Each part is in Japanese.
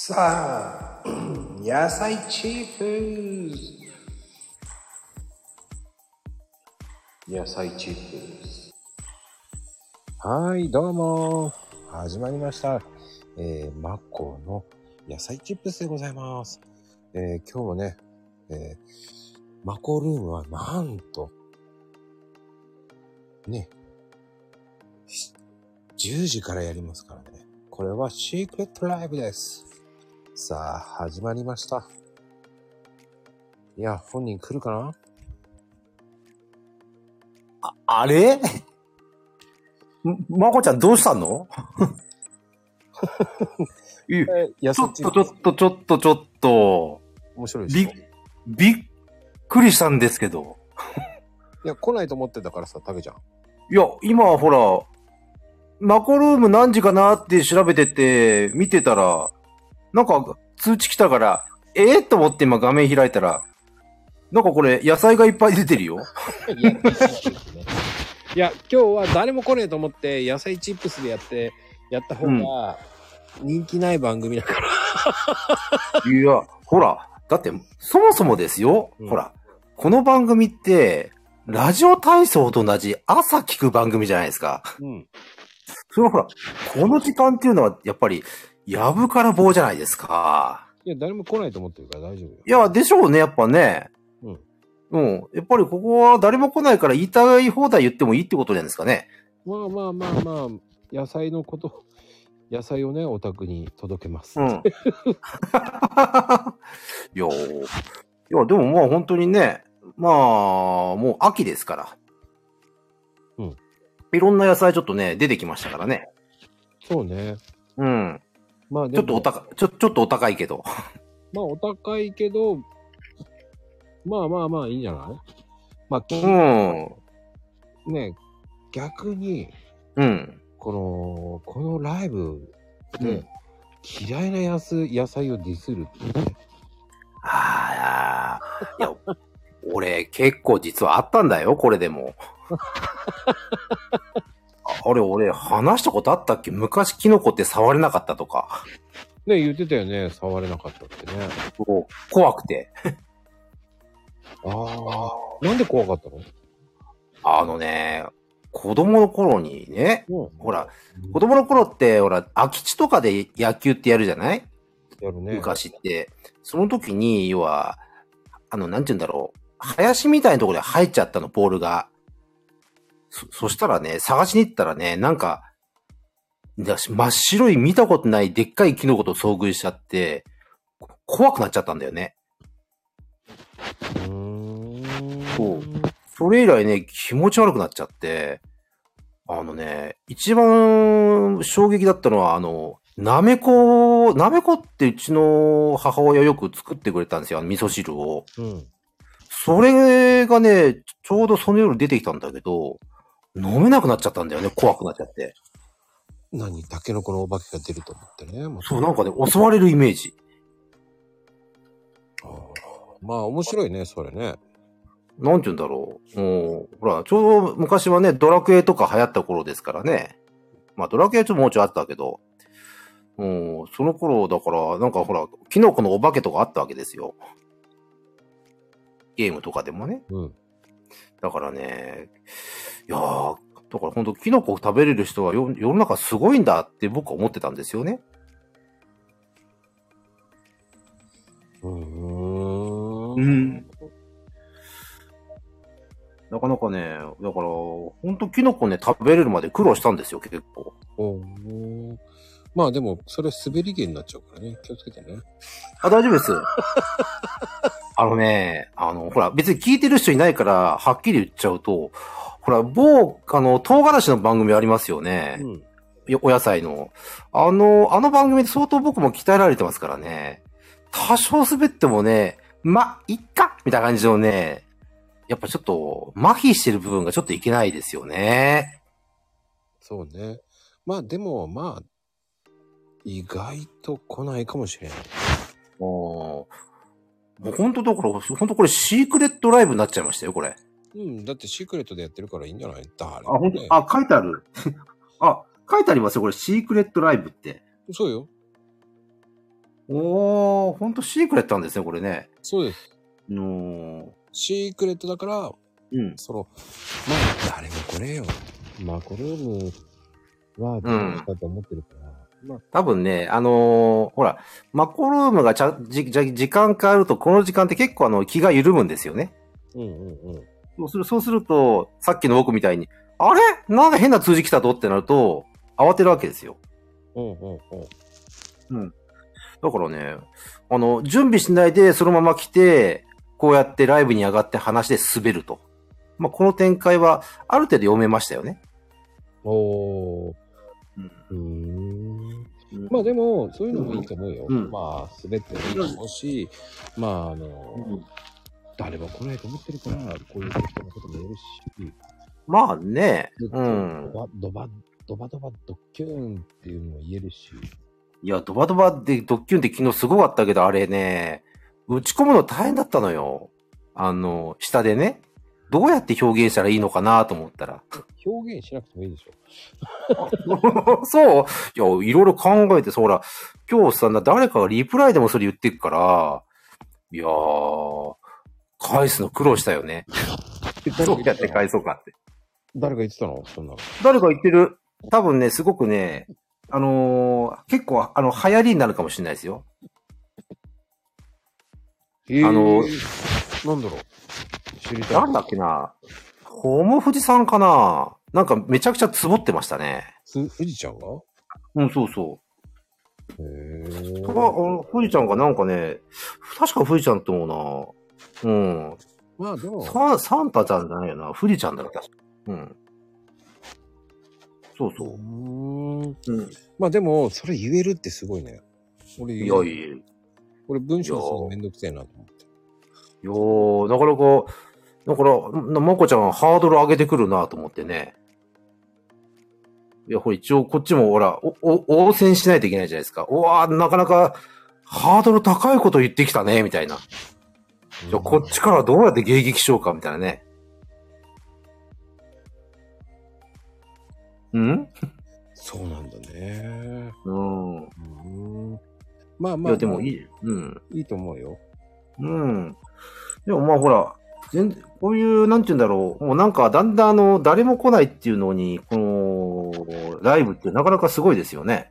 さあ、野菜チップス。野菜チップス。はい、どうも。始まりました。マコの野菜チップスでございます。今日はね、マコルームはなんと、ね、10時からやりますからね。これはシークレットライブです。さあ、始まりました。いや、本人来るかな？ あれまこちゃんどうしたのちょっと。 面白いでしょ？ びっくりしたんですけど。 いや、来ないと思ってたからさ、たけちゃん。 いや、今ほら、マコルーム何時かなって調べてて、見てたら、なんか通知来たから、と思って今画面開いたら、なんかこれ野菜がいっぱい出てるよ。 いや、今日は誰も来ねえと思って野菜チップスでやった方が人気ない番組だから。 いや、ほら、だってそもそもですよ、ほら、この番組って、ラジオ体操と同じ朝聞く番組じゃないですか。それはほら、この時間っていうのはやっぱり、やぶから棒じゃないですか。 いや、誰も来ないと思ってるから大丈夫よ。 いや、でしょうね、やっぱね。やっぱりここは誰も来ないから言いたい放題言ってもいいってことなんですかね。 まあ、野菜をね、お宅に届けます。 いや、でもまあ本当にね、まあ、もう秋ですから。いろんな野菜ちょっとね、出てきましたからね。 そうね。 まあでもちょっとお高いけど。 まあお高いけど、まあいいんじゃない？まあ、ね、逆に、このライブで、嫌いな野菜をディスるってね。 いや、俺結構実はあったんだよ、これでも。俺話したことあったっけ？昔キノコって触れなかったとか。 ね、言ってたよね、触れなかったってね。 怖くて。 なんで怖かったの？ 子供の頃にね、ほら、子供の頃って、ほら、空き地とかで野球ってやるじゃない？ やるね。 昔って。その時に、要は、なんて言うんだろう。林みたいなところで入っちゃったの、ボールが。そしたらね、探しに行ったらね、なんか、真っ白い見たことないでっかいキノコと遭遇しちゃって、怖くなっちゃったんだよね。そう。それ以来ね、気持ち悪くなっちゃって、一番衝撃だったのは、なめこってうちの母親よく作ってくれたんですよ、味噌汁を。それがね、ちょうどその夜出てきたんだけど、飲めなくなっちゃったんだよね、怖くなっちゃって。 タケノコのお化けが出ると思ってね。 そう、なんかね、襲われるイメージ。 まあ、面白いね、それね。 なんて言うんだろう。ほら、ちょうど昔はね、ドラクエとか流行った頃ですからね。まあ、ドラクエはちょっともうちょいあったけど、その頃だから、なんかほら、キノコのお化けとかあったわけですよ。ゲームとかでもね。だからね、だから本当キノコを食べれる人は世の中すごいんだって僕は思ってたんですよね。なかなかね、だから、ほんとキノコね、食べれるまで苦労したんですよ、結構。 まあでも、それ滑り芸になっちゃうからね。気をつけてね。 大丈夫です。ほら、別に聞いてる人いないから、はっきり言っちゃうと、ほら、唐辛子の番組ありますよね。お野菜の。あの番組で相当僕も鍛えられてますからね。多少滑ってもね、いっかみたいな感じのね、やっぱちょっと、麻痺してる部分がちょっといけないですよね。 そうね。まあでも、意外と来ないかもしれない。 もう本当だから、本当これシークレットライブになっちゃいましたよ、これ。 だってシークレットでやってるからいいんじゃない？ 本当？書いてある。書いてありますよ、これ、シークレットライブって。 そうよ。 おー、ほんとシークレットなんですね、これね。 そうです。 シークレットだから、 うん。 まあ、誰も来ねえよ。マコルームはどうしたと思ってるから。 多分ね、ほら、マコルームが時間変わると、この時間って結構気が緩むんですよね。そうすると、さっきの僕みたいに、あれなんか変な通知来たとってなると、慌てるわけですよ。だからね、準備しないでそのまま来て、こうやってライブに上がって話で滑ると。まあ、この展開は、ある程度読めましたよね。 まあでも、そういうのもいいと思うよ。まあ、滑ってもいいと思うし、まあ誰も来ないと思ってるから、こういう人のことも言えるし。 まあね、 ドバドバドッキューンっていうのも言えるし。 いや、ドバドバでドッキュンって昨日すごかったけど、あれね、打ち込むの大変だったのよ。下でね。どうやって表現したらいいのかなと思ったら。 表現しなくてもいいでしょ。そういや、いろいろ考えて、ほら、今日さ、誰かがリプライでもそれ言ってくから、いやー、返すの苦労したよね。どうやって返そうかって。 誰が言ってたのそんなの。 誰が言ってる。多分ね、すごくね、結構、流行りになるかもしれないですよ。 なんだろう。 知りたい。なんだっけな。ホモ富士さんかな。なんかめちゃくちゃつぼってましたね。 富士ちゃんがそうそう。富士ちゃんがなんかね、確か富士ちゃんと思うな。 まあでも。 サンタちゃんじゃないよな。富士ちゃんだろ、確か。そうそう。 まあでも、それ言えるってすごいね。俺文章するのめんどくせえなと思って。 いやー、なかなか、だから、まこちゃんはハードル上げてくるなと思ってね。いや、一応こっちもほら、応戦しないといけないじゃないですか。なかなかハードル高いこと言ってきたね、みたいな。じゃあこっちからどうやって迎撃しようか、みたいなね。 そうなんだね。 まあまあ。いや、でもいい。 いいと思うよ。 でもまあほら、こういう、なんて言うんだろう。もうなんかだんだん誰も来ないっていうのに、この、ライブってなかなかすごいですよね。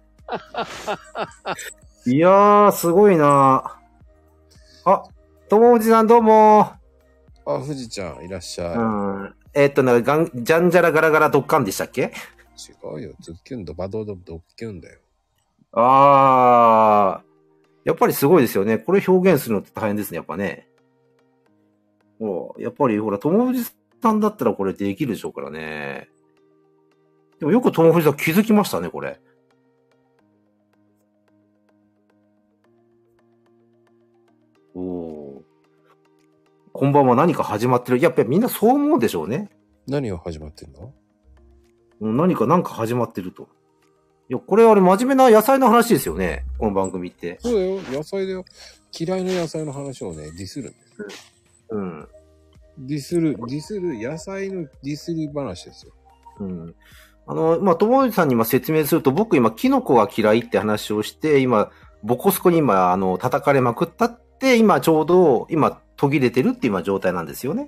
いやー、すごいなあ、ともおじさんどうも富士ちゃんいらっしゃい。 じゃんじゃらガラガラドッカンでしたっけ？ 違うよ。ズッキュンドバドドドッキュンだよ。 やっぱりすごいですよね。これ表現するのって大変ですね、やっぱね。やっぱりほら、ともふじさんだったらこれできるでしょうからね。でもよくともふじさん気づきましたね、これ。こんばんは何か始まってる。やっぱりみんなそう思うでしょうね。 何が始まってんの？ なんか始まってると。いや、これ真面目な野菜の話ですよね。この番組って。 そうだよ。野菜だよ。嫌いな野菜の話をね、ディスるんだよ。ディスる、野菜のディスる話ですよ。 まあ、ともおじさんに説明すると、僕今、キノコが嫌いって話をして、今、ボコスコに叩かれまくったって、今ちょうど、途切れてるって今状態なんですよね。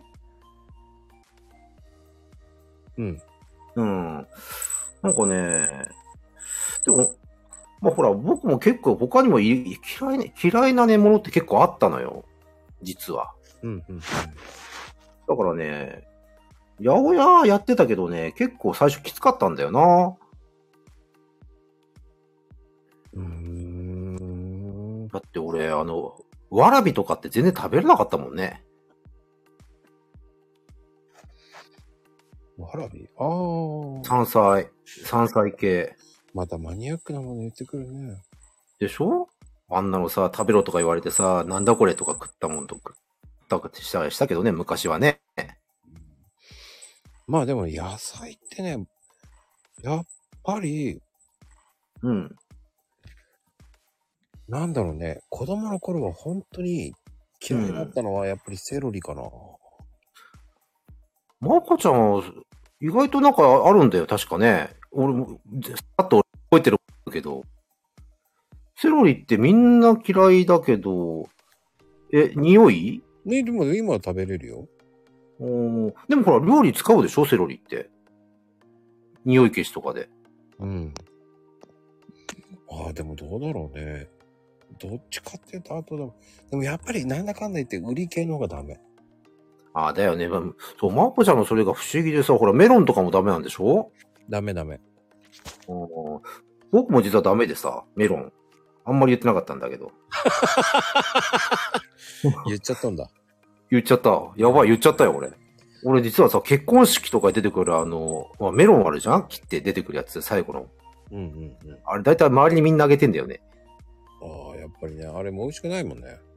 なんかね、でも、まあほら、僕も結構他にも嫌いなね、ものって結構あったのよ。実は。だからね、八百屋やってたけどね、結構最初きつかったんだよな。だって俺、わらびとかって全然食べれなかったもんね。 わらび？ 山菜系。 またマニアックなもの言ってくるね。 でしょ？あんなのさ、食べろとか言われてさ、なんだこれとか食ったもんとか、したけどね、昔はね。 まあでも野菜ってね、やっぱり、なんだろうね、子供の頃は本当に嫌いだったのはやっぱりセロリかな。 まこちゃんは意外となんかあるんだよ、確かね。俺も、あと覚えてるけど、 セロリってみんな嫌いだけど、匂いね、でも今は食べれるよ。 でもほら、料理使うでしょセロリって。匂い消しとかで。 うん。ああ、でもどうだろうね。どっちかって言うと、あとでもやっぱりなんだかんだ言って売り系の方がダメ。 ああ、だよね。そう、マコちゃんのそれが不思議でさ、ほら、メロンとかもダメなんでしょ？ ダメダメ。 僕も実はダメでさ、メロン。あんまり言ってなかったんだけど。 言っちゃったんだ。 言っちゃった。やばい、言っちゃったよ、俺。俺実はさ、結婚式とかで出てくるメロンあるじゃん？切って出てくるやつ、最後の。 うんうんうん。 あれ、だいたい周りにみんなあげてんだよね。 ああ、やっぱりね、あれも美味しくないもんね。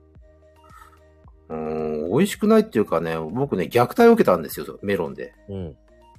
美味しくないっていうかね、僕ね、虐待を受けたんですよ、メロンで。 うん。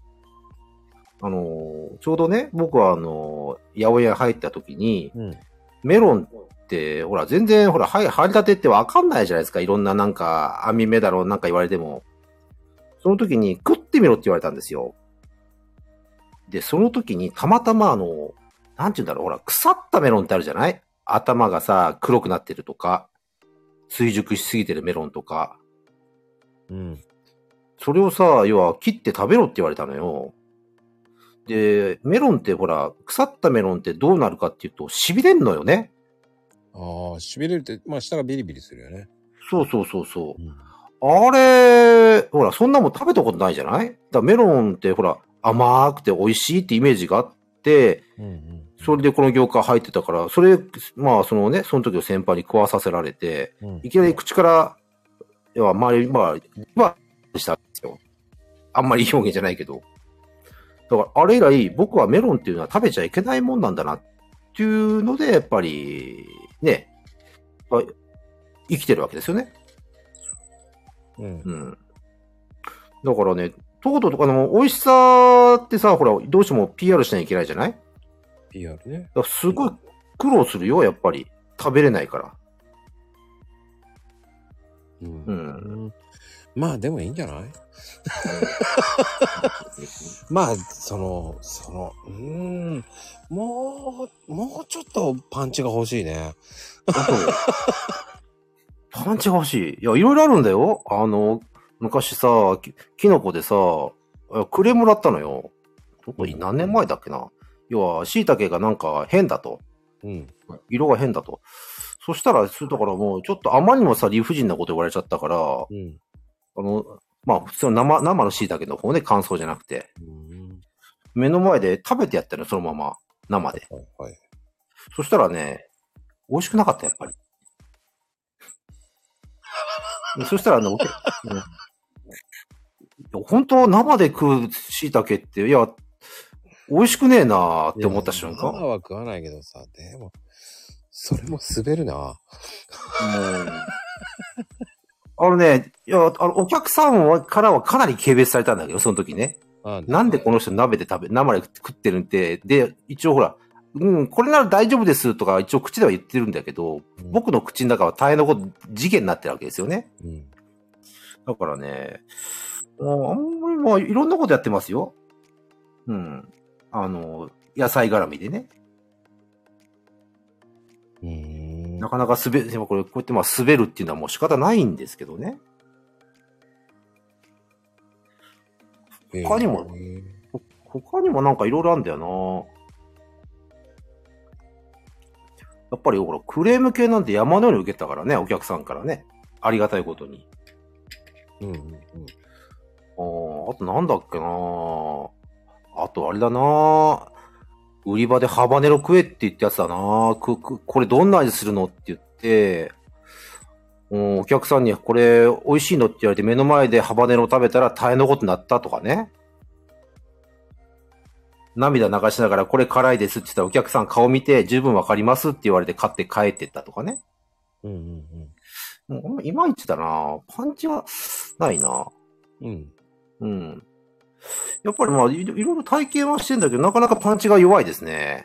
ちょうどね、僕は八百屋入った時に、 うん、 メロンって、ほら、全然、ほら、張り立てってわかんないじゃないですか。いろんななんか、網目だろうなんか言われても。その時に食ってみろって言われたんですよ。で、その時にたまたまなんて言うんだろう、ほら、腐ったメロンってあるじゃない？頭がさ、黒くなってるとか、追熟しすぎてるメロンとか。 うん。 それをさ、要は切って食べろって言われたのよ。で、メロンってほら、腐ったメロンってどうなるかっていうと、痺れんのよね。 ああ、痺れるって、まあ下がビリビリするよね。 そうそうそうそう。うん、あれ、ほら、そんなもん食べたことないじゃない？だからメロンってほら、甘くて美味しいってイメージがあって、うんうんうん、それでこの業界入ってたから、それ、まあそのね、その時の先輩に食わさせられて、うん、いきなり口から、要は周り、まあ、したんですよ。あんまりいい表現じゃないけど。だからあれ以来、僕はメロンっていうのは食べちゃいけないもんなんだなっていうので、やっぱり、ね、生きてるわけですよね。うん。うん。だからね、糖度とかの美味しさってさ、ほら、どうしても PR しなきゃいけないじゃない？ PR ね。 だからすごい苦労するよ、やっぱり。食べれないから。 うん。うん、まあ、でもいいんじゃないまあ、もうちょっとパンチが欲しいね。 パンチが欲しい。いや、いろいろあるんだよ。昔さ、キノコでさ、クレームもらったのよ。何年前だっけな。要は、椎茸がなんか変だと。うん。色が変だと。そしたら、だからもう、ちょっとあまりにもさ、理不尽なこと言われちゃったから、うん。まあ、普通の生の椎茸の方ね、乾燥じゃなくて。うん、目の前で食べてやったの、そのまま。生で。はいはい。そしたらね、美味しくなかった、やっぱり。そしたら本当生で食う椎茸って、いや、美味しくねえなーって思った瞬間。 生は食わないけどさ、でも、それも滑るな。 いや、お客さんからはかなり軽蔑されたんだけど、その時ね。なんでこの人鍋で生で食ってるんで、で、一応ほら、これなら大丈夫ですとか一応口では言ってるんだけど、僕の口の中は大変な事件になってるわけですよね。だからね、あんまりまあいろんなことやってますよ。うん。野菜絡みでね。なかなかこうやってまあ滑るっていうのはもう仕方ないんですけどね。他にもなんかいろいろあるんだよな。やっぱりほら、クレーム系なんて山のように受けたからね、お客さんからね。ありがたいことに。あとなんだっけな。あとあれだな。売り場でハバネロ食えって言ったやつだな。これどんな味するのって言って、お客さんにこれ美味しいのって言われて目の前でハバネロを食べたら大変なことになったとかね。涙流しながらこれ辛いですって言ったらお客さん顔見て十分わかりますって言われて買って帰ってったとかね。いまいちだな。パンチはないな。やっぱりまあいろいろ体験はしてんだけどなかなかパンチが弱いですね。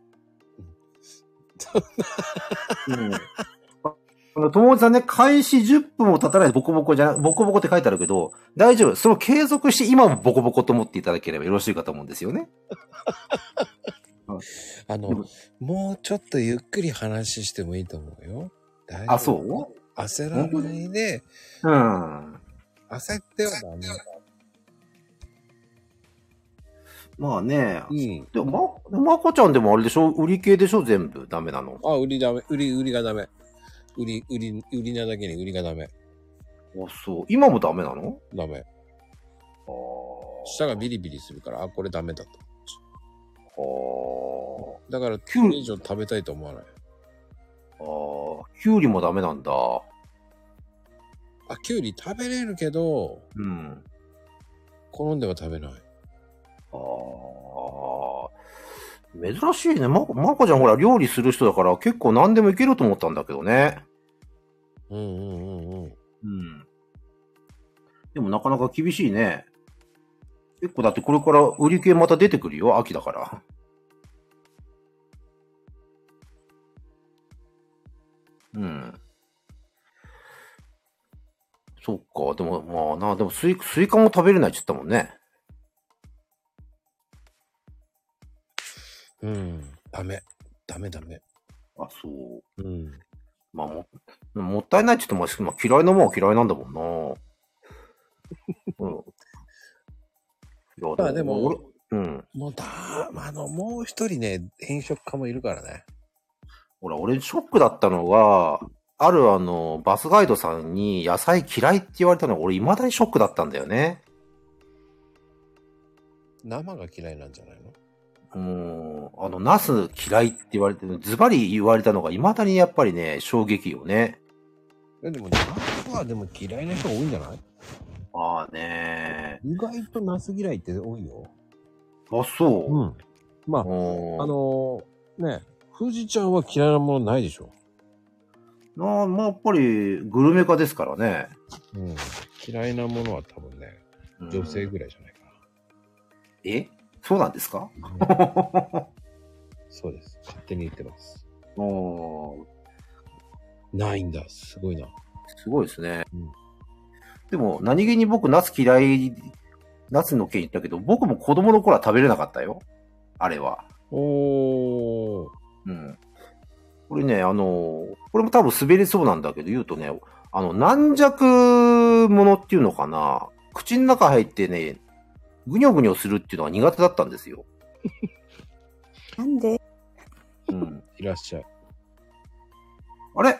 友達さんね、開始10分も経たないでボコボコって書いてあるけど、大丈夫。その継続して今もボコボコと思っていただければよろしいかと思うんですよね。 もうちょっとゆっくり話してもいいと思うよ。大丈夫。 あ、そう焦らないで、 うん。 焦ってはダメ。 まあね。 うん。 でも、まこちゃんでもあれでしょ？売り系でしょ？全部ダメなの。 あ、売りダメ。売りがダメ。売りなだけに売りがダメ。 あ、そう。今もダメなの？ ダメ。 ああ。 舌がビリビリするから、あ、これダメだと。 ああ。 だから、これ以上食べたいと思わない。 ああ、キュウリもダメなんだ。 あ、キュウリ食べれるけど、 うん。 好んでは食べない。 ああ。珍しいね。まこちゃんほら料理する人だから結構何でもいけると思ったんだけどね。 うんうんうんうん。うん。 でもなかなか厳しいね。結構だってこれから売り系また出てくるよ。秋だから。うん。そっか。でもまあな、でもスイカも食べれないって言ったもんね。 うん。ダメ。 あ、そう。 うん。 まあもったいないって言っても、嫌いなもんは嫌いなんだもんな。うん。いや、 まあでも、 俺、うん。 もう一人ね、偏食家もいるからね。 ほら、俺ショックだったのが、あるバスガイドさんに野菜嫌いって言われたのが俺未だにショックだったんだよね。 生が嫌いなんじゃないの？ ナス嫌いって言われて、ズバリ言われたのが未だにやっぱりね、衝撃よね。 でも、ナスはでも嫌いな人が多いんじゃない？ まあね。 意外とナス嫌いって多いよ。 あ、そう。 うん。まあ、ね、富士ちゃんは嫌いなものないでしょ。 まあ、やっぱりグルメ家ですからね。 うん。嫌いなものは多分ね、女性ぐらいじゃないかな。 え？そうなんですか？ そうです。勝手に言ってます。 おないんだ。すごいな。 すごいですね。 うん、 でも、何気に僕、ナス嫌い、ナスの件言ったけど、僕も子供の頃は食べれなかったよ。あれは。 おー。 うん。これね、これも多分滑りそうなんだけど、言うとね、軟弱者っていうのかな。口の中入ってね、ぐにょぐにょするっていうのは苦手だったんですよ。 なんで？ うん。 いらっしゃい。 あれ？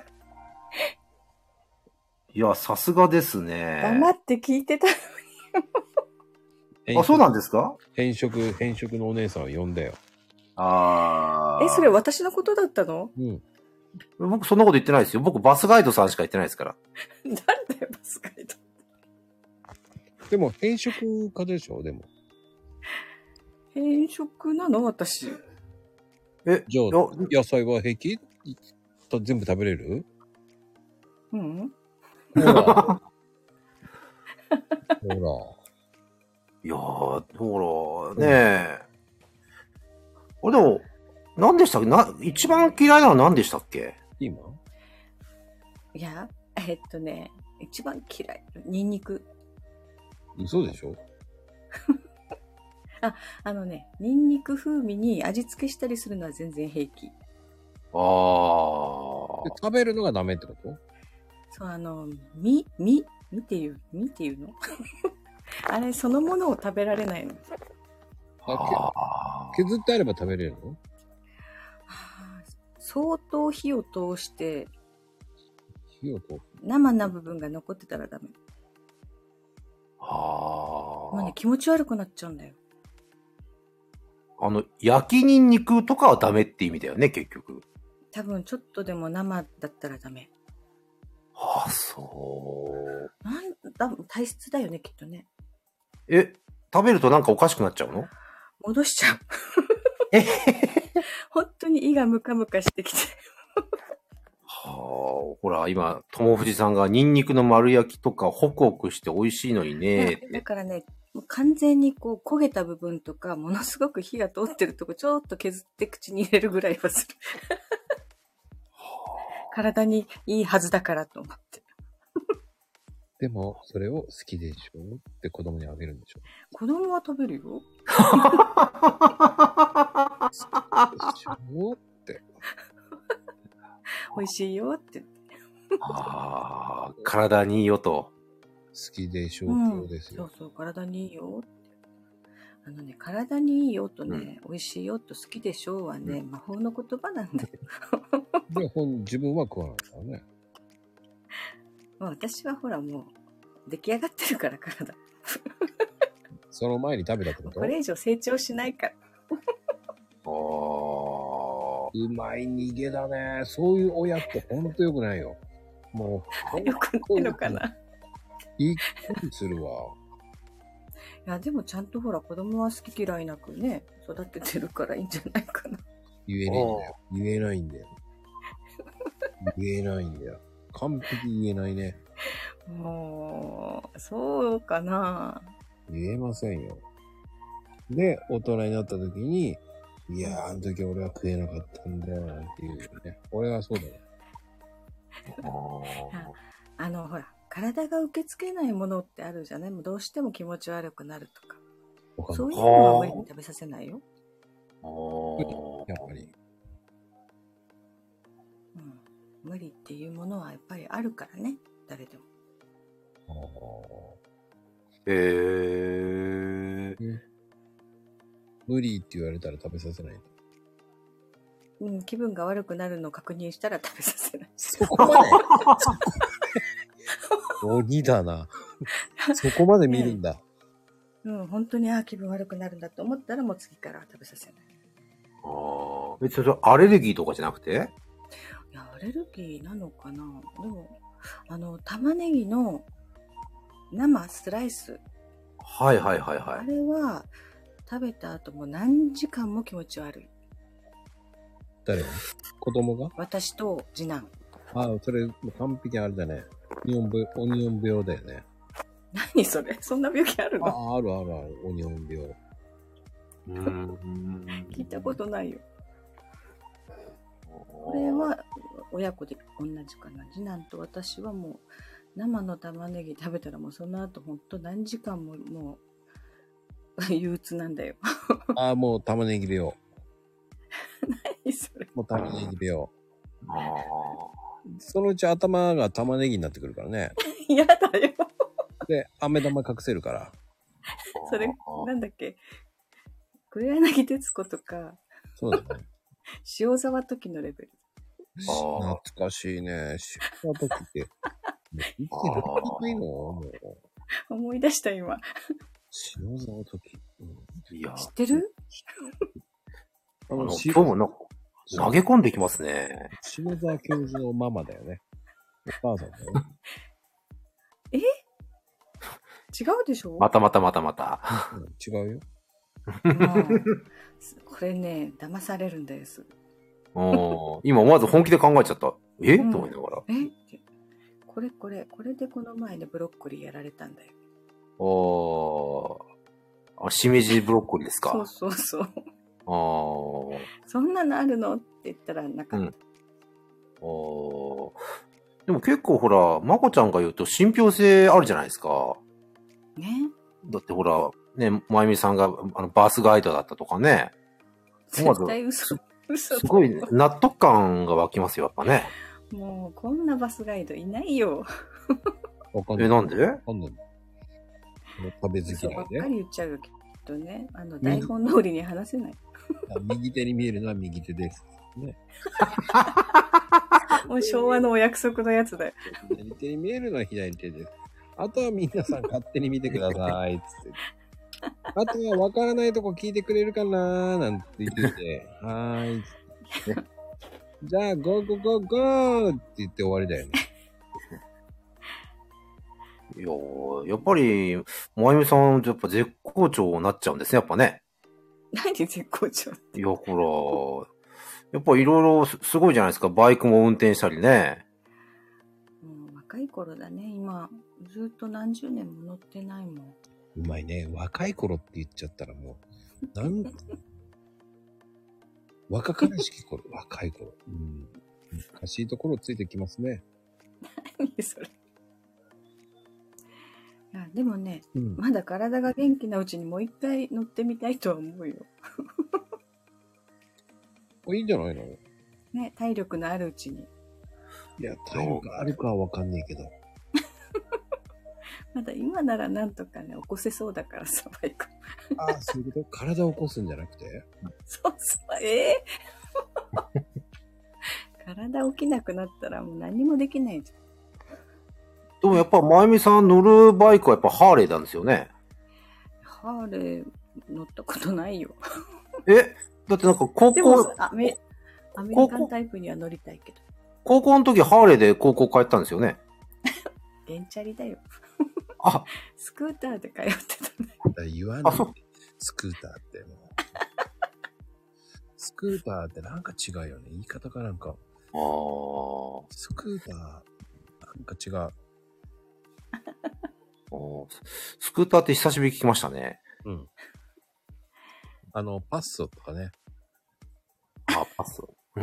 いや、さすがですね。 黙って聞いてたのに。あ、そうなんですか？ 偏食のお姉さんを呼んだよ。 それ私のことだったの？ うん。 僕そんなこと言ってないですよ。僕バスガイドさんしか言ってないですから。 誰だよ、バスガイド。 でも、偏食家でしょ？でも。 偏食なの私。 じゃあ、野菜は平気？全部食べれる？ うん。 ほら。ほら。 いやー、ほら、ねえ。でも、何でしたっけ？一番嫌いなのは何でしたっけ？ 今？ いや、一番嫌い。ニンニク。 嘘でしょ？ ニンニク風味に味付けしたりするのは全然平気。 食べるのがダメってこと？ そう、身っていうのあれそのものを食べられないの。 削ってあれば食べれるの？ 相当火を通して生な部分が残ってたらダメ。もうね、気持ち悪くなっちゃうんだよ。 焼きニンニクとかはダメって意味だよね、結局。 多分ちょっとでも生だったらダメ。 そう。 体質だよね、きっとね。 食べるとなんかおかしくなっちゃうの？ 戻しちゃう。本当に胃がムカムカしてきて。 ほら、今、友藤さんがニンニクの丸焼きとかホクホクして美味しいのにね。 だからね、完全に焦げた部分とか、ものすごく火が通ってるとこ、ちょっと削って口に入れるぐらいはする。体にいいはずだからと思って。 でも、それを好きでしょって子供にあげるんでしょ？ 子供は食べるよ。 美味しいよって言って。 ああ、体にいいよと。 好きでしょうですよ。 そうそう、体にいいよって。体にいいよとね、美味しいよと好きでしょうはね、魔法の言葉なんだよ。 で、自分は食わないからね。 私はほらもう、出来上がってるから体。 その前に食べたってことこれ以上成長しないから。 うまい逃げだね。そういう親ってほんと良くないよ。もう。 良くないのかな。 びっくりするわ。 いや、でもちゃんとほら、子供は好き嫌いなくね、育ててるからいいんじゃないかな。 言えないんだよ。言えないんだよ。言えないんだよ。完璧言えないね。 もう、そうかな。 言えませんよ。で、大人になった時に、いやー、あの時俺は食えなかったんだよ、なんていうね。俺はそうだよ。 ほら、体が受け付けないものってあるじゃない？もうどうしても気持ち悪くなるとか。そういうのは無理に食べさせないよ。 やっぱり。 無理っていうものはやっぱりあるからね。誰でも。 無理って言われたら食べさせない。 気分が悪くなるのを確認したら食べさせない。 そこまで鬼だな。そこまで見るんだ。 本当に気分悪くなるんだと思ったらもう次から食べさせない。 別にアレルギーとかじゃなくて？ いや、アレルギーなのかな。でも、玉ねぎの生スライス。 はいはいはいはい。 あれは、食べた後も何時間も気持ち悪い。 誰が？子供が？ 私と次男。 それ、完璧あれだね。オニオン病だよね。 何それ？そんな病気あるの？ ある、オニオン病。 聞いたことないよ。これは、親子で同じかな。次男と私はもう、生の玉ねぎ食べたらもうその後ほんと何時間ももう、憂鬱なんだよ。 もう玉ねぎ病。 何それ？ もう玉ねぎ病。そのうち頭が玉ねぎになってくるからね。 嫌だよ。 で、飴玉隠せるから。 それ、なんだっけ。黒柳徹子とか。 そうだね。 塩沢時のレベル。 懐かしいね。塩沢時って。いつないの？もう。思い出した今。 塩沢時。 知ってる？ 今日も投げ込んできますね。 塩沢教授のママだよね。お母さんだよね。 違うでしょ？ また。 違うよ。 これね、騙されるんです。 今思わず本気で考えちゃった。と思いながら。 これでこの前でブロッコリーやられたんだよ。 しめじブロッコリーですか？ そう。そんなのあるのって言ったらなかった。 でも結構ほら、まこちゃんが言うと信憑性あるじゃないですか。 ね。 だってほら、ね、まゆみさんがバースガイドだったとかね。 絶対嘘。 すごい納得感が湧きますよ、やっぱね。 もう、こんなバスガイドいないよ。 なんで？ 食べ好きなんで。 ばっかり言っちゃうよ、きっとね。台本通りに話せない。 右手に見えるのは右手です。ね。 もう昭和のお約束のやつだよ。 左手に見えるのは左手です。あとは皆さん勝手に見てください。つって。あとは分からないとこ聞いてくれるかなーなんて言ってて、はーい。じゃあ、ゴーゴーゴーゴーって言って終わりだよね。 いやー、やっぱり、まゆみさん、やっぱ絶好調になっちゃうんですね、やっぱね。 何絶好調って。 いや、ほら、やっぱいろいろすごいじゃないですか。バイクも運転したりね。 若い頃だね、今。ずっと何十年も乗ってないもん。 うまいね。若い頃って言っちゃったらもう、若かりしき頃、若い頃。難しいところついてきますね。 何それ。でもね、まだ体が元気なうちにもう一回乗ってみたいとは思うよ。 いいんじゃないの？ ね、体力のあるうちに。 いや、体力あるかはわかんねえけど。 まだ今ならなんとかね、起こせそうだからさ、バイク。 ああ、そういうこと？体を起こすんじゃなくて？ そうそう、体起きなくなったらもう何もできないじゃん。 でもやっぱ、まゆみさん乗るバイクはやっぱハーレーなんですよね。 ハーレー乗ったことないよ。 だってなんか高でも校、 アメリカンタイプには乗りたいけど。 高校の時ハーレーで高校帰ったんですよね。 ゲンチャリだよ。 あ、 スクーターで通ってたね。 言わない。スクーターってもう。スクーターってなんか違うよね。言い方がなんか。スクーター、なんか違う。 スクーターって久しぶりに聞きましたね。 うん。パッソとかね。 あ、パス。うん。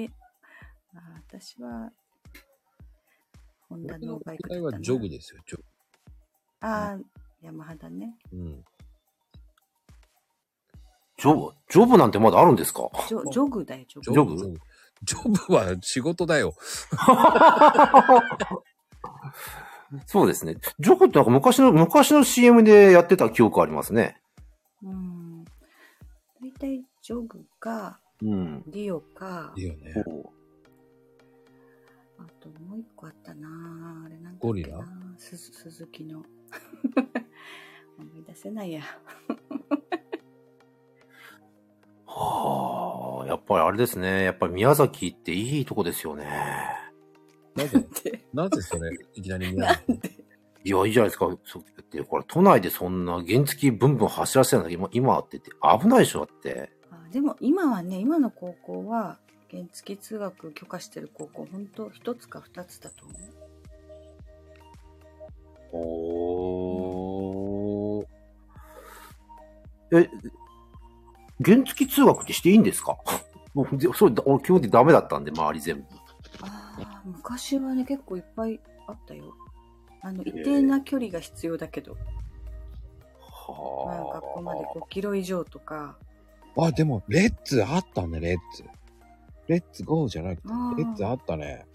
私は、ホンダのバイクだったな。はジョグですよ、ジョグ。 ヤマハだね。 うん。 ジョブなんてまだあるんですか？ ジョグだよ、ジョグ。 ジョブは仕事だよ。 そうですね。ジョブってなんか昔の CM でやってた記憶ありますね。 大体ジョグか、ディオか。 ディオね。 あともう一個あったなぁ。あれなんだっけな。 ゴリラ？ 鈴木の。思い出せないや。 はあ、やっぱりあれですね。やっぱり宮崎っていいとこですよね。 なぜそれ、いきなり宮崎？ いや、いいじゃないですか。これ都内でそんな原付ブンブン走らせるの今って危ないでしょ、だって。 でも今はね、今の高校は原付通学許可してる高校、ほんと一つか二つだと思う。原付通学ってしていいんですか？もう、それ、俺基本的にダメだったんで、周り全部。 昔はね、結構いっぱいあったよ。一定な距離が必要だけど。学校まで5キロ以上とか。 でも、レッツあったね、レッツ。レッツゴーじゃなくて、レッツあったね。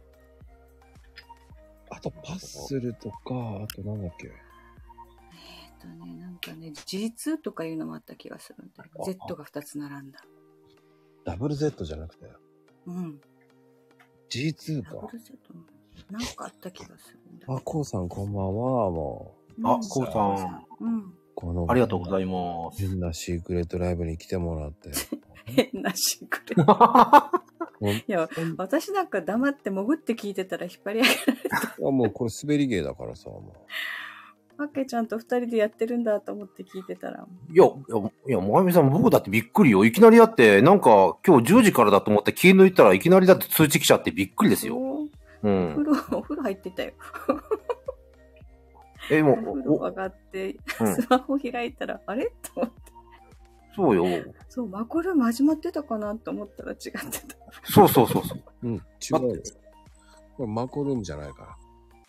あと、パッスルとか、あとなんだっけ。 なんかね、G2 とかいうのもあった気がするんだよ。Z が2つ並んだ。 ダブル Z じゃなくて。G2 か。 ダブル Z なんかあった気がするんだ。 コウさんこんばんは、もう。コウさん。ありがとうございます。 変なシークレットライブに来てもらって。 変なシークレット。いや、私なんか黙って潜って聞いてたら引っ張り上げられた。 もうこれ滑り芸だからさ、もう。 わけちゃんと二人でやってるんだと思って聞いてたら。 いや、まゆみさん、僕だってびっくりよ。いきなりだって、なんか、今日10時からだと思って気抜いたらいきなりだって通知来ちゃってびっくりですよ。お風呂入ってたよ。 もう。 お風呂上がって、スマホ開いたら、あれと思って。 そうよ。 そう、マコルーム始まってたかなと思ったら違ってた。 そう。 違うよ。これマコルームじゃないから。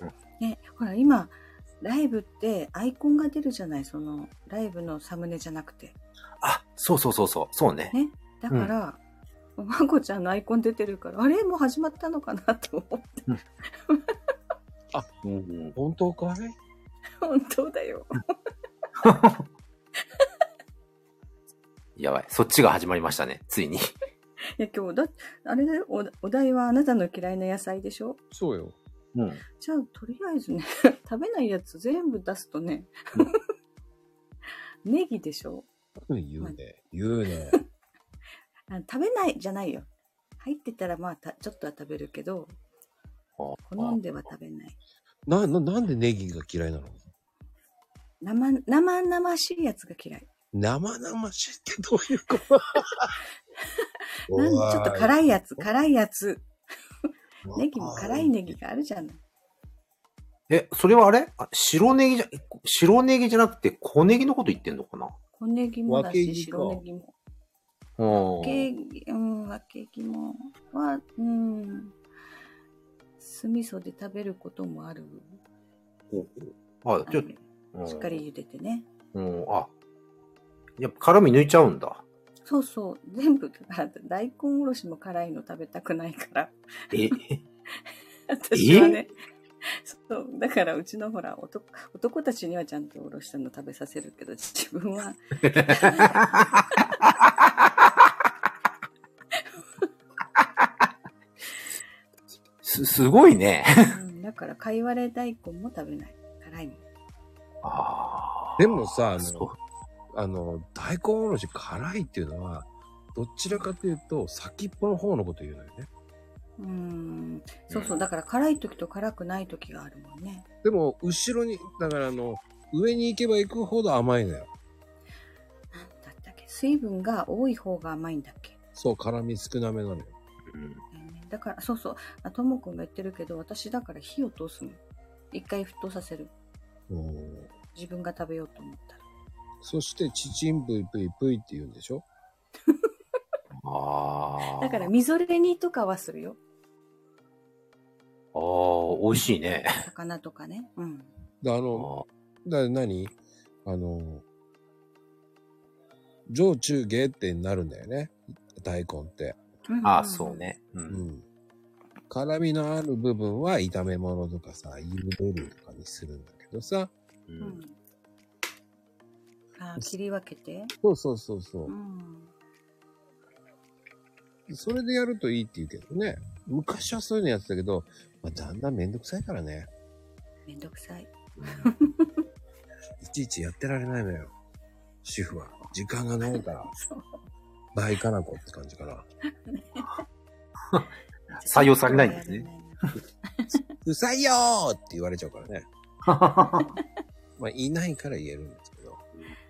ね、ほら、今、ライブってアイコンが出るじゃない、その、ライブのサムネじゃなくて。 そうね。 ね。だから、まこちゃんのアイコン出てるから、あれもう始まったのかなと思って。 本当かい？ 本当だよ。 やばい。そっちが始まりましたね。ついに。いや、今日、あれだよ。お題はあなたの嫌いな野菜でしょ？ そうよ。 じゃあ、とりあえずね、食べないやつ全部出すとね、ネギでしょ？ 言うね。 食べないじゃないよ。入ってたらちょっとは食べるけど、好んでは食べない。 なんでネギが嫌いなの？ 生々しいやつが嫌い。 生々しいってどういうこと？ ちょっと辛いやつ。ネギも辛いネギがあるじゃない。 それはあれ？白ネギじゃなくて小ネギのこと言ってんのかな？ 小ネギもだし、白ネギも。分け肝は、酢味噌で食べることもある。しっかり茹でてね。 やっぱ辛み抜いちゃうんだ。 そう。全部、大根おろしも辛いの食べたくないから。 私はね。そう。だからうちのほら男たちにはちゃんとおろしたの食べさせるけど、自分は。 すごいね。 だから、かいわれ大根も食べない。辛いもん。 でもさ、大根おろし辛いっていうのは、どちらかというと、先っぽの方のこと言うのよね。 そうそう。だから、辛い時と辛くない時があるもんね。 でも、後ろに、だから上に行けば行くほど甘いのよ。 なんだったっけ？水分が多い方が甘いんだっけ？ そう、辛み少なめなのよ。 だから、そうそう。ともくんが言ってるけど、私だから火を通すの。一回沸騰させる。自分が食べようと思ったら。 そして、チチンプイプイプイって言うんでしょ？ だから、みぞれ煮とかはするよ。 美味しいね。 魚とかね。 何上中下ってなるんだよね。大根って。 そうね。 辛みのある部分は炒め物とかさ、茹でるとかにするんだけどさ。 切り分けて。 そう。それでやるといいって言うけどね。昔はそういうのやってたけど、だんだんめんどくさいからね。 めんどくさい。 いちいちやってられないのよ。主婦は。時間がないから。倍かなこって感じかな。 採用されないんですね。 不採用って言われちゃうからね。いないから言えるんですけど。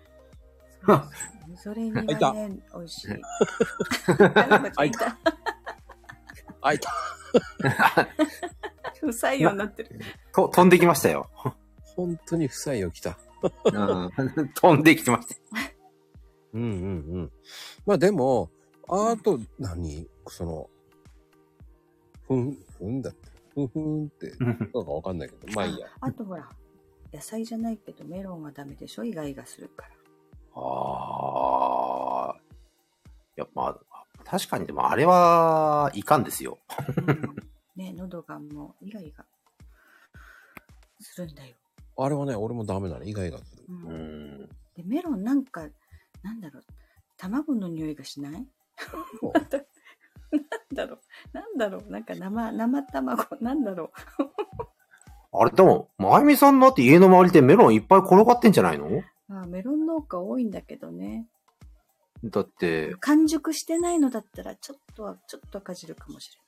それにはね、美味しい。 開いた。開いた。 不採用になってる。 飛んできましたよ。 本当に不採用来た。 飛んできてました。 でも、あとふんだって。ふんって、どうかわかんないけど、まあいいや。 あとほら、野菜じゃないけどメロンはダメでしょ？イガイガするから。 やっぱ、確かにでもあれはいかんですよ。 ね、喉がもうイガイガするんだよ。 あれはね、俺もダメだね。イガイガする。 で、メロンなんだろう、卵の匂いがしない？なんだろう、なんか生卵、なんだろう。 あれでも、まゆみさんだって家の周りでメロンいっぱい転がってんじゃないの？ メロン農家多いんだけどね。 だって。 完熟してないのだったら、ちょっとかじるかもしれ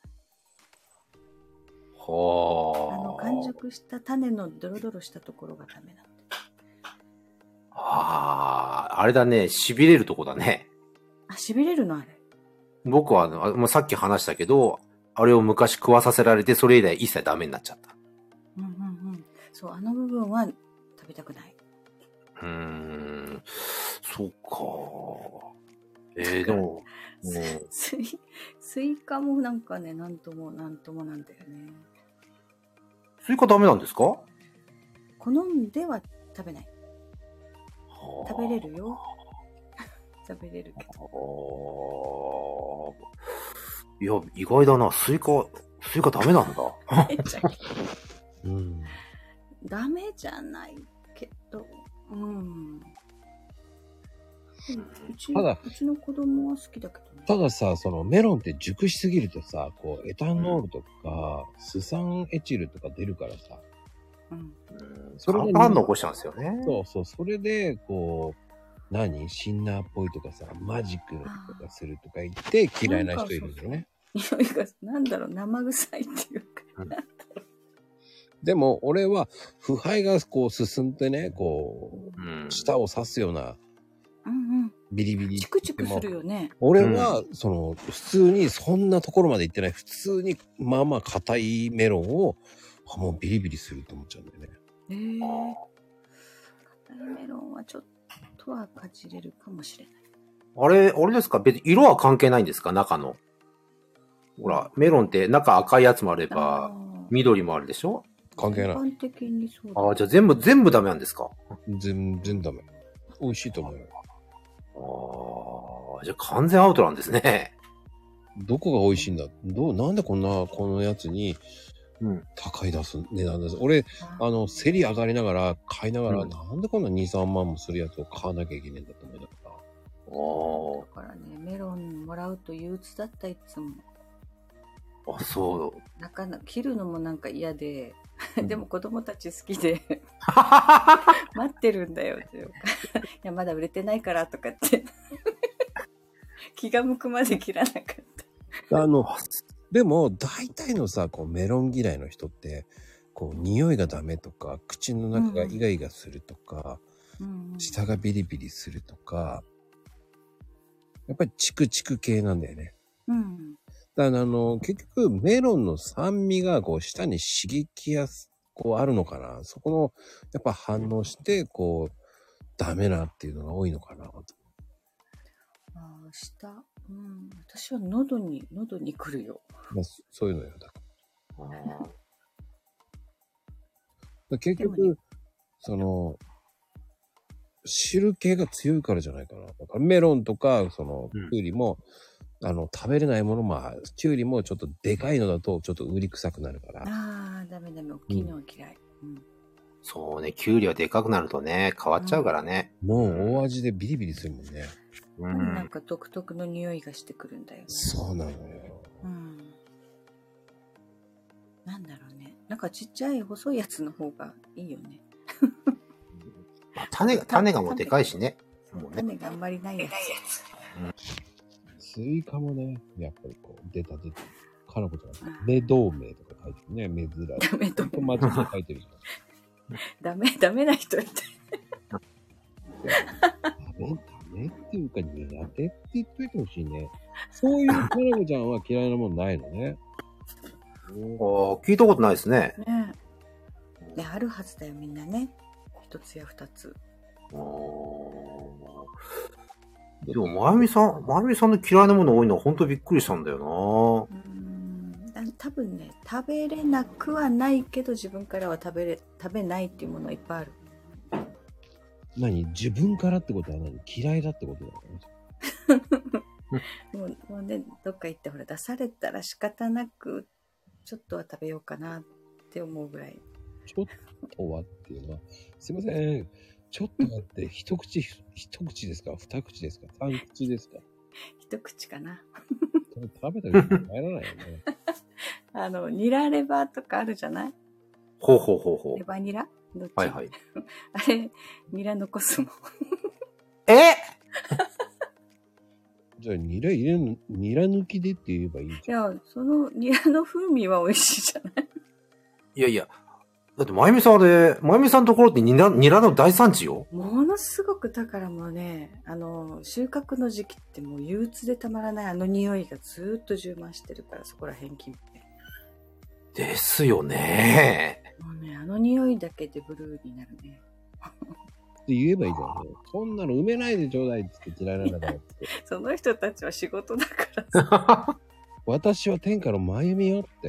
ない。完熟した種のドロドロしたところがダメなんだ。 あれだね、痺れるとこだね。 痺れるのあれ。 僕はもうさっき話したけど、あれを昔食わさせられて、それ以来一切ダメになっちゃった。 そう、あの部分は食べたくない。 そうか。でも、 スイカもなんかね、なんともなんだよね。 スイカダメなんですか？ 好んでは食べない。食べれるよ。食べれるけど。 いや、意外だな。スイカダメなんだ。 ダメじゃないけど。うちの子供は好きだけどね。 たださ、メロンって熟しすぎるとさ、エタノールとか、ス酸エチルとか出るからさ。 それで反応起こしちゃうんですよね。 そう。それで、シンナーっぽいとかさ、マジックとかするとか言って嫌いな人いるんだよね。 匂いが、なんだろう、生臭いっていうか。 でも、俺は、腐敗が進んでね、舌を刺すような、ビリビリ。 チクチクするよね。 俺は、普通にそんなところまで行ってない、普通に、まあまあ硬いメロンを、もうビリビリすると思っちゃうんだよね。 硬いメロンはちょっとはかじれるかもしれない。 あれですか？別に色は関係ないんですか？中の。ほら、メロンって中赤いやつもあれば、緑もあるでしょ？ 関係ない。 一般的にそうだ。 じゃあ全部ダメなんですか？ 全然ダメ。美味しいと思うよ。 じゃあ完全アウトなんですね。 どこが美味しいんだ？なんでこのやつに、 高い値段です。俺、競り上がりながら、買いながら、なんでこんな2、3万もするやつを買わなきゃいけないんだと思いながら。 だからね、メロンもらうと憂鬱だった、いつも。 あ、そう。 なかなか切るのもなんか嫌で、でも子供たち好きで、待ってるんだよって。いや、まだ売れてないからとかって。気が向くまで切らなかった。 でも、大体のさ、こう、メロン嫌いの人って、こう、匂いがダメとか、口の中がイガイガするとか、舌がビリビリするとか、やっぱりチクチク系なんだよね。だから結局、メロンの酸味が、こう、舌に刺激こう、あるのかな。そこの、やっぱ反応して、こう、ダメなっていうのが多いのかなと。 舌、私は喉に来るよ。 まあ、そういうのよ。だから結局、汁系が強いからじゃないかな。だからメロンとか、キュウリも、食べれないものも、キュウリもちょっとでかいのだと、ちょっと売り臭くなるから。 ダメ、大きいのは嫌い。 そうね、キュウリはでかくなるとね、変わっちゃうからね。 もう大味でビリビリするもんね。 なんか独特の匂いがしてくるんだよね。 そうなのよ。 なんだろうね。なんかちっちゃい細いやつの方がいいよね。 種がもうでかいしね。 種があんまりないやつ。スイカもね、やっぱりこう、出た。かなこちゃん、メドウメとか書いてるね、珍しい。 メドウメ。 間違え書いてるじゃん。 ダメな人みたい。 ダメっていうか苦手って言っといてほしいね。そういうかなこちゃんは嫌いなもんないのね。 聞いたことないですね。 ね、あるはずだよみんなね。一つや二つ。 でもまゆみさんの嫌いなもの多いのは本当びっくりしたんだよな。多分ね、食べれなくはないけど自分からは食べないっていうものはいっぱいある。 自分からってことは嫌いだってことだよね。もうね、どっか行ってほら出されたら仕方なくちょっとは食べようかなって思うぐらい。 ちょっとはっていうのは、すいません。ちょっとはって一口ですか？二口ですか？三口ですか？ 一口かな。 食べたら入らないよね。ニラレバとかあるじゃない？ ほう。 レバニラ？どっち？ はい。 あれ、ニラ残すもん。 じゃあニラ抜きでって言えばいいじゃん。 いや、そのニラの風味は美味しいじゃない？ いや。だってまゆみさんのところってニラの大産地よ。 ものすごくだからもうね、収穫の時期ってもう憂鬱でたまらない匂いがずっと充満してるから、そこら辺近辺。 ですよね。 もうね、匂いだけでブルーになるね。 って言えばいいじゃん。そんなの埋めないでちょうだいって嫌いなんだからって。 その人たちは仕事だからさ。 私は天下のまゆみよって。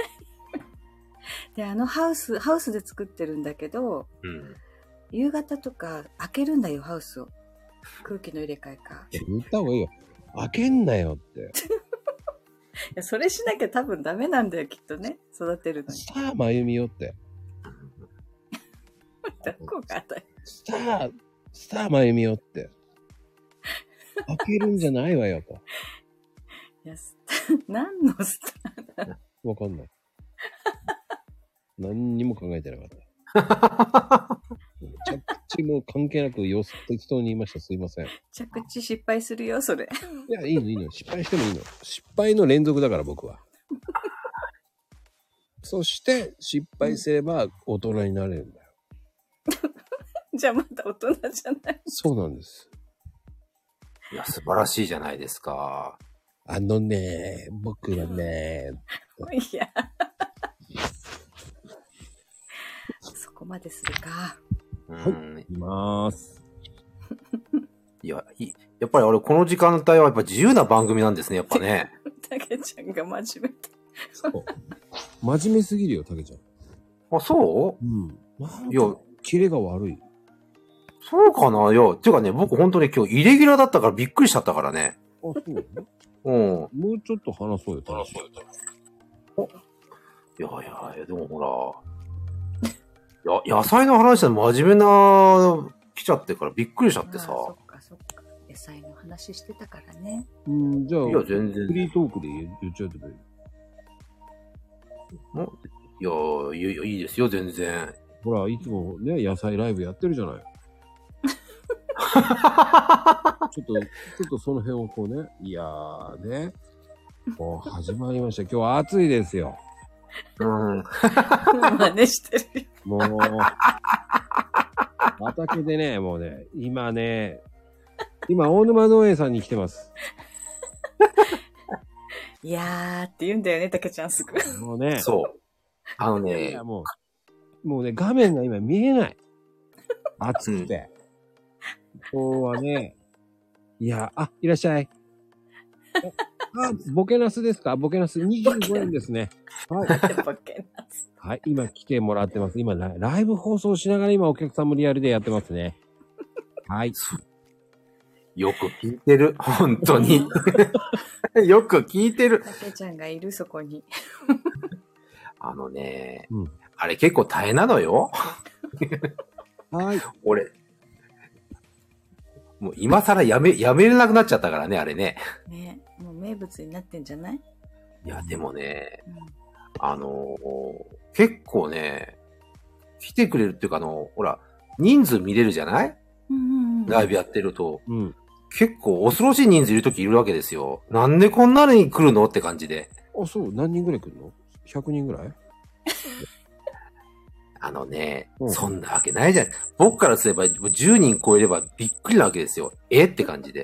で、ハウスで作ってるんだけど、夕方とか開けるんだよ、ハウスを。空気の入れ替えか。 言った方がいいよ。開けんなよって。 いや、それしなきゃ多分ダメなんだよ、きっとね。育てるのに。 さあ、まゆみよって。 どこがだよ。 スターまゆみよって。開けるんじゃないわよと。 いや、何のスターだ？ わかんない。何にも考えてなかった。着地も関係なく適当に言いました。すいません。 着地失敗するよ、それ。 いや、いいの。失敗してもいいの。失敗の連続だから、僕は。そして、失敗すれば大人になれるんだよ。 じゃあまだ大人じゃない。 そうなんです。 いや、素晴らしいじゃないですか。 僕はね。 いや。そこまでするか。 はい、います。 やっぱり俺この時間帯はやっぱ自由な番組なんですね、やっぱね。 たけちゃんが真面目だ。 そう。真面目すぎるよ、たけちゃん。 あ、そう？ いや、キレが悪い。 そうかな？いや、てかね、僕本当に今日イレギュラーだったからびっくりしちゃったからね。 あ、そう？もうちょっと話そうよ。 いやいや、でもほら、野菜の話は真面目な、来ちゃってからびっくりしちゃってさ。 そっかそっか。野菜の話してたからね。 じゃあ、 いや、全然。 フリートークで言っちゃうといいや、いいですよ、全然。 ほら、いつもね、野菜ライブやってるじゃない。ちょっとその辺をこうね、いやーね、こう始まりました。今日は暑いですよ。 真似してる。 もう、畑でね、もうね、今、大沼農園さんに来てます。 いやーって言うんだよね、たけちゃんすぐ。 もうね。そう。 いやもうね、画面が今見えない。暑くて。今日はね、いや、いらっしゃい。ボケナスですか？ボケナス25円ですね。はい。 ボケナス。 はい、今来てもらってます。今、ライブ放送しながら今お客さんもリアルでやってますね。はい。 よく聞いてる。本当に。よく聞いてる。 たけちゃんがいる、そこに。 あれ結構大変なのよ。 はい。 俺。もう今更やめれなくなっちゃったからね、あれね。 ね、もう名物になってんじゃない？ いや、でもね、結構ね、来てくれるっていうかほら、人数見れるじゃない？ライブやってると。結構恐ろしい人数いるときいるわけですよ。なんでこんなに来るのって感じで。 そう、何人ぐらい来るの？ 100 人ぐらい？ そんなわけないじゃん。僕からすれば10人超えればびっくりなわけですよ。って感じで。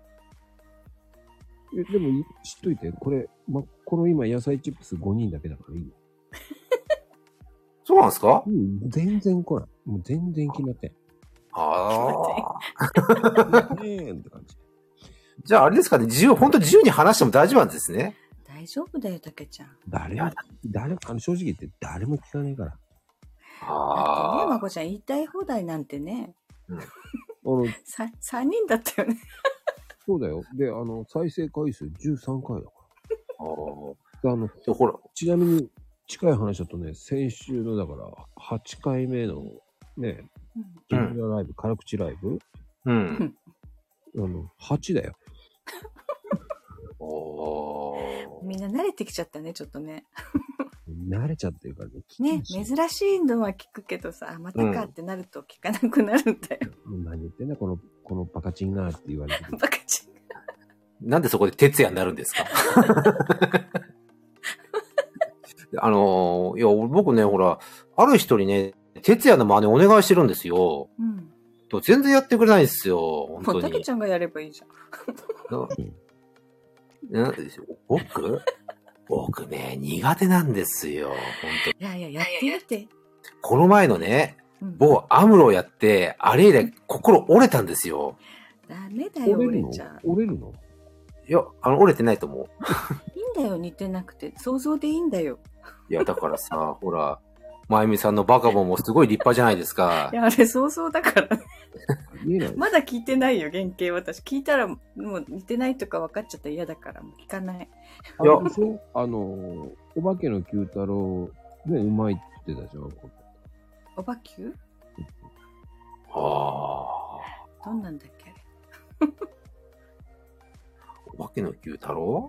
でも、知っといて、この今野菜チップス5人だけだからいいよ。 そうなんですか？ 全然来ない。もう全然決まってん。って感じ。 じゃああれですかね、本当に自由に話しても大丈夫なんですね。 大丈夫だよ、たけちゃん。 正直言って誰も聞かないから。 だってね、まこちゃん言いたい放題なんてね。3人だったよね。 そうだよ。で、再生回数13回だから。ほら。ちなみに、近い話だとね、先週のだから8回目のね、ゲリラライブ、辛口ライブ8だよ。 みんな慣れてきちゃったね、ちょっとね。 慣れちゃってるからね。珍しいのは聞くけどさ、またかってなると聞かなくなるんだよ。 何言ってんだ、このバカチンがって言われてる。 バカチンが。 なんでそこで徹夜になるんですか？いや、僕ね、ほら、ある人にね、徹夜の真似お願いしてるんですよ。全然やってくれないんですよ、本当に。 たけちゃんがやればいいじゃん。 僕ね、苦手なんですよ、本当に。 いや、やってみて。 この前のね、某アムロやって、あれ以来心折れたんですよ。 ダメだよ、折れちゃう。 折れるの？ いや、折れてないと思う。 いいんだよ、似てなくて。想像でいいんだよ。 いや、だからさ、ほら、まゆみさんのバカボンもすごい立派じゃないですか。 いや、あれ想像だからね。まだ聞いてないよ、原型私。聞いたらもう似てないとか分かっちゃったら嫌だから、もう聞かない。 いや、お化けの九太郎、ね、うまいって言ってたじゃん。 おばきゅう？どんなんだっけあれ。 お化けの九太郎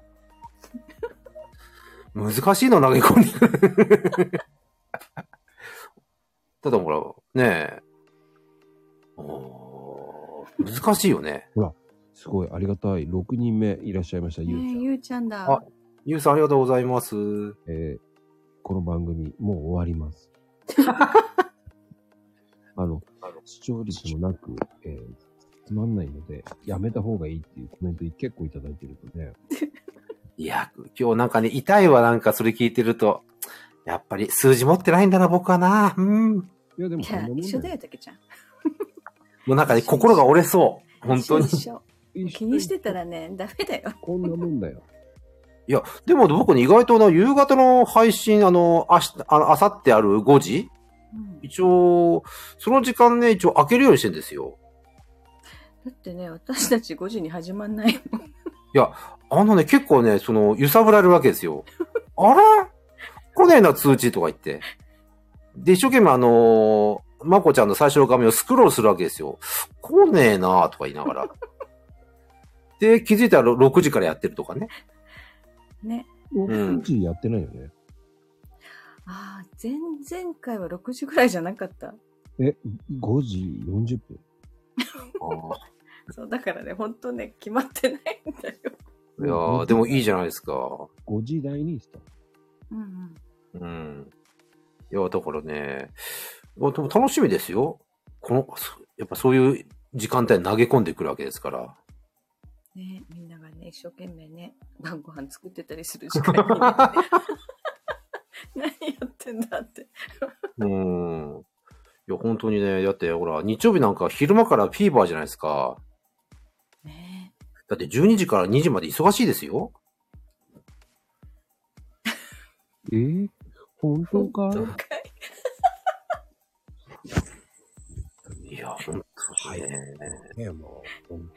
難しいの投げ込んでる。ただほら、ねえ。難しいよね。 ほら、すごいありがたい。6人目いらっしゃいました、ゆうちゃん。 ゆうちゃんだ。 ゆうさんありがとうございます。 この番組、もう終わります。視聴率もなく、つまんないので、やめた方がいいっていうコメント結構いただいてるとね。 いや、今日なんかね、痛いわ、なんかそれ聞いてると。やっぱり数字持ってないんだな、僕はな。 いや、でも一緒だよ、たけちゃん。 もうなんかね、心が折れそう。本当に。 気にしてたらね、ダメだよ。 こんなもんだよ。 いや、でも僕ね、意外と夕方の配信、あさってある5時、一応、その時間ね、一応開けるようにしてんですよ。 だってね、私たち5時に始まんないもん。いや、結構ね、揺さぶられるわけですよ。あれ来ねえな、通知とか言って。で、一生懸命まこちゃんの最初の画面をスクロールするわけですよ。来ねえなとか言いながら。で、気づいたら6時からやってるとかね。 ね。 6時やってないよね。 ああ、前回は6時ぐらいじゃなかった。 5時40分。 そう、だからね、ほんとね、決まってないんだよ。 いやー、でもいいじゃないですか。 5時台にスタート。 うんうん。 いや、だからね、でも楽しみですよ。やっぱそういう時間帯に投げ込んでくるわけですから。 ね、みんながね、一生懸命ね、晩ご飯作ってたりする時間に、ね、何やってんだって。 いや、本当にね、だってほら、日曜日なんか昼間からフィーバーじゃないですか。 ね、 だって12時から2時まで忙しいですよ。 本当かいや、本当にね。 もう、本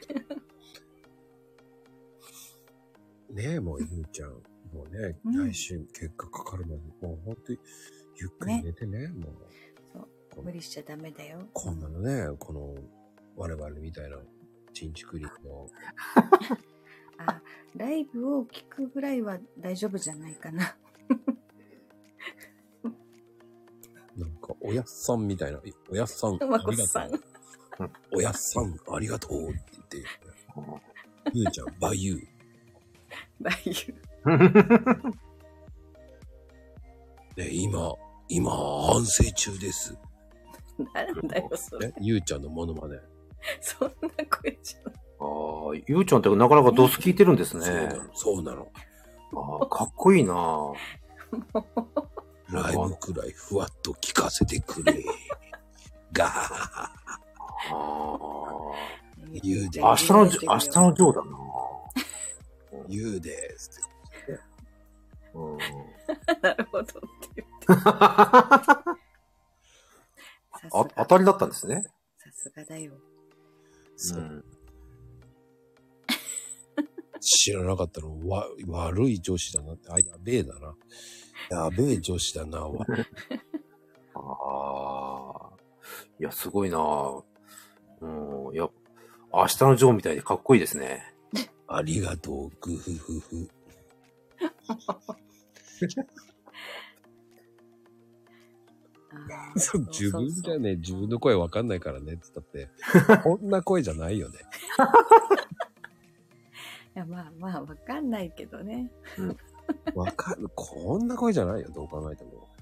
当ねもう、ゆうちゃん、もうね、来週結果かかるのに、もう本当に、ゆっくり寝てね、もう。 そう、無理しちゃダメだよ。 こんなのね、この、我々みたいな、チンチクリの。 ライブを聞くぐらいは大丈夫じゃないかな。 なんか、おやっさんみたいな、おやっさん、 まこさん。 おやっさん、ありがとうって言って、ゆうちゃん、バユー。 バユー。ね、今、反省中です。 なんだよ、それ。 ゆうちゃんのモノマネ。 そんな声じゃん。 ゆうちゃんってなかなかドス聞いてるんですね。 そうなの。 かっこいいなライブくらいふわっと聞かせてくれ。ガー。ゆうで明日のジョーだなゆうです。 なるほどって言って。 当たりだったんですね。 さすがだよ。 そう。知らなかったの。悪い上司だなって。やべえだな。やべえ上司だな。 いや、すごいな。いや、明日のジョーみたいでかっこいいですね。 ありがとう、グフフフ。自分じゃね、自分の声わかんないからねって言ったって、こんな声じゃないよね。 いや、まあ、わかんないけどね。 こんな声じゃないよ、どう考えても。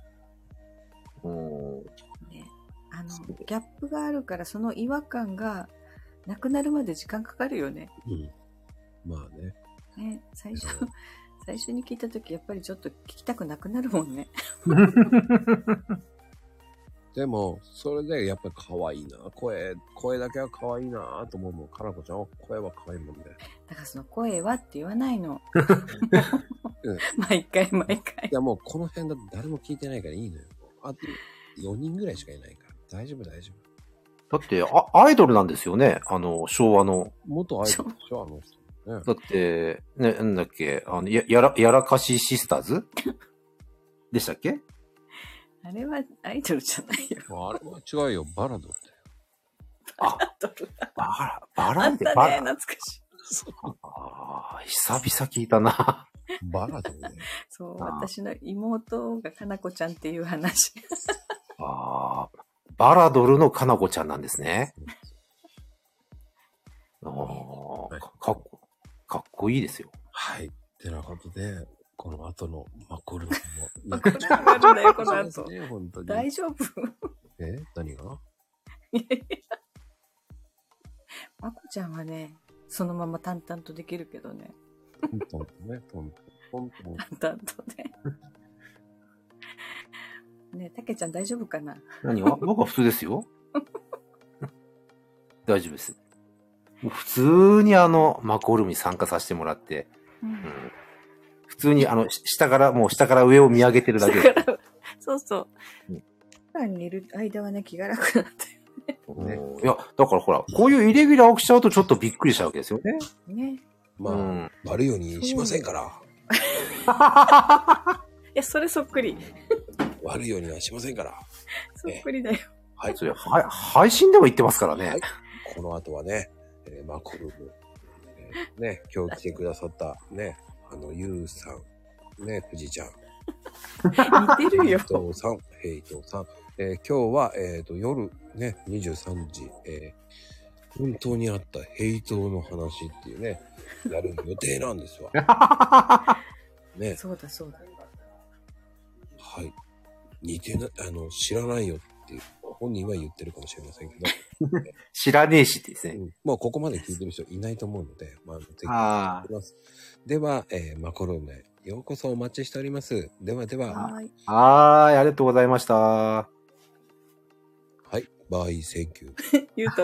ね、ギャップがあるから、その違和感がなくなるまで時間かかるよね。まあね。ね、最初に聞いたとき、やっぱりちょっと聞きたくなくなるもんね。でも、それでやっぱり可愛いな。声だけは可愛いなと思うもん。かなこちゃんは声は可愛いもんね。だからその声はって言わないの。毎回。いやもうこの辺だって誰も聞いてないからいいのよ。あと4人ぐらいしかいないから。大丈夫。だってアイドルなんですよね。昭和の。 元アイドルでしょ、人、ね。 だって、ね、なんだっけ、やらかしシスターズでしたっけ？ あれはアイドルじゃないよ。 あれは違うよ。バラドルだよ。 バラってバラ懐かしい。 久々聞いたな。 バラドルね。 そう、私の妹がかなこちゃんっていう話。 バラドルのかなこちゃんなんですね。かっこいいですよ。はい。ってなことで、この後のマコルームも。マコルームあるんだよ、この後。本当に大丈夫？何が？いやマコちゃんはね、そのまま淡々とできるけどね。トントンとね。ね、たけちゃん大丈夫かな？ 何が？僕は普通ですよ。大丈夫です。もう普通にマコルームに参加させてもらって、普通に下から上を見上げてるだけで。 そうそう。普段にいる間はね、気が楽なんだよね。 いや、だからほら、こういうイレギュラー起きちゃうとちょっとびっくりしちゃうわけですよね。 ね。まあ、悪いようにしませんから。 や、それそっくり。 悪いようにはしませんから。 そっくりだよ。 はい。それ配信でも言ってますからね。はい、 この後はね、マコルーム、ね、今日来てくださったね、ゆうさん、ね、富士ちゃん。 似てるよ。 ヘイトさん、ヘイトさん。今日は、夜ね、23時、本当にあったヘイトの話っていうね、やる予定なんですわ。ね。 そうだそうだ。 はい。似てない、知らないよっていう、本人は言ってるかもしれませんけど。 知らねえしってですね。 もうここまで聞いてる人いないと思うので、まあ、ぜひ聞きます。では、マコルームへようこそお待ちしております。ではでは。 はい。ありがとうございました。はい、バイ、センキュー。 ゆうと